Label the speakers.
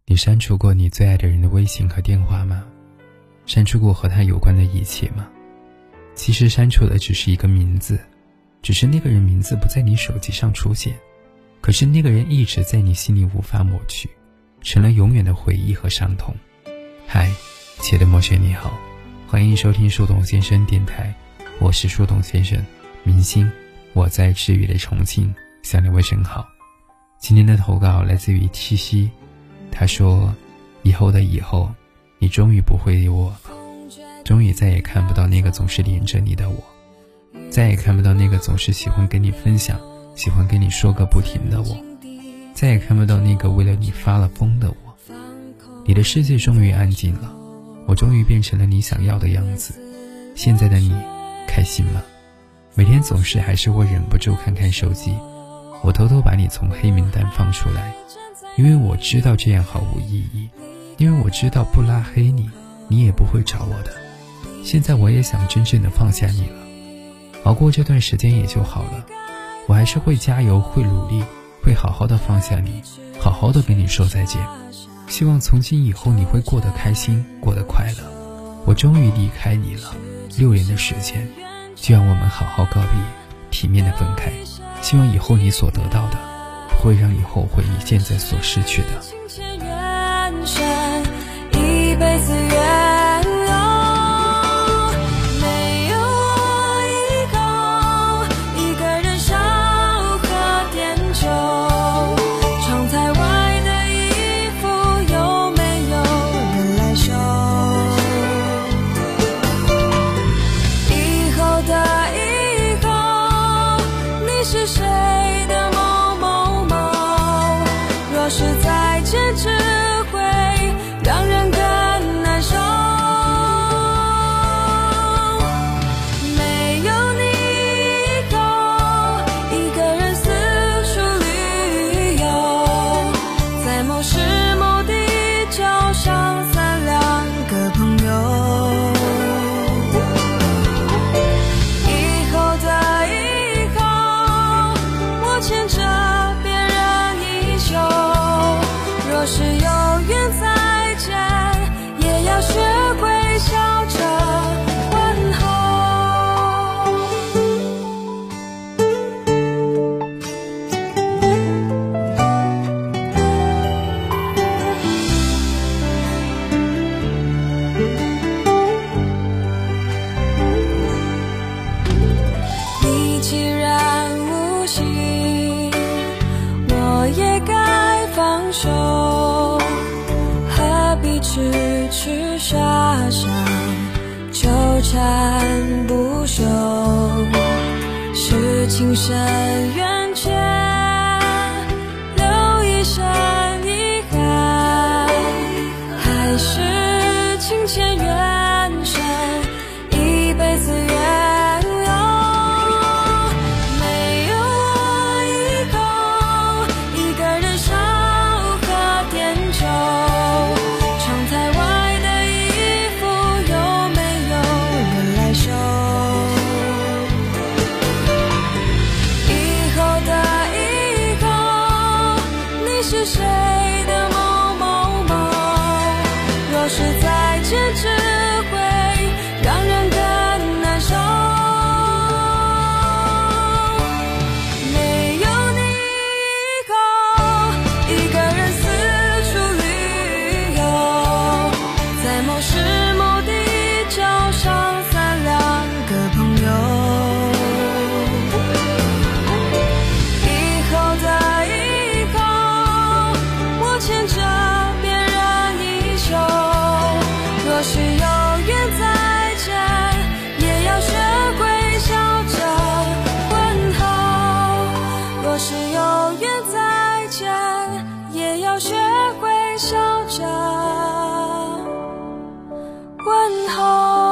Speaker 1: 你删除过你最爱的人的微信和电话吗？删除过和他有关的一切吗？其实删除的只是一个名字，只是那个人名字不在你手机上出现，可是那个人一直在你心里无法抹去，成了永远的回忆和伤痛。嗨，亲爱的陌生你好，欢迎收听树洞先生电台，我是树洞先生，明星，我在治愈的重庆向两位问好。今天的投稿来自于七夕，他说，以后的以后，你终于不会理我，终于再也看不到那个总是黏着你的我，再也看不到那个总是喜欢跟你分享，喜欢跟你说个不停的我，再也看不到那个为了你发了疯的我。你的世界终于安静了，我终于变成了你想要的样子。现在的你开心吗？每天总是还是会忍不住看看手机，我偷偷把你从黑名单放出来，因为我知道这样毫无意义，因为我知道不拉黑你，你也不会找我的。现在我也想真正的放下你了，熬过这段时间也就好了。我还是会加油，会努力，会好好的放下你，好好的跟你说再见。希望从今以后你会过得开心，过得快乐。我终于离开你了，6年的时间，就让我们好好告别，体面的分开。希望以后你所得到的不会让你后悔你现在所失去的。
Speaker 2: 一辈子缘由，没有我以后，一个人烧喝点酒，窗台外的衣服有没有人来收？以后的以后，你是谁的某某某？若是再见只会让人更难受。没有你以后，一个人四处旅游，在某时某地交上3-2个朋友。以后的以后，我牵着别人衣袖，若是有缘再见，也要学会笑着问候。你既然无心，我也该放手，何必痴痴傻傻纠缠不休？是情深缘浅，留一身遗憾，还是情牵缘深，一辈子缘由？没有我以后，一个人烧喝点酒，窗台外的衣服有没有人来收？以后的以后，你是谁的某某某？若是再见只会让人更难受。没有你以后，一个人四处旅游，在某时某地交上3-2个朋友。以后的以后，我牵着别人衣袖，若是有缘再见，也要学会笑着问候。若是有缘再见，也要学会笑着问候。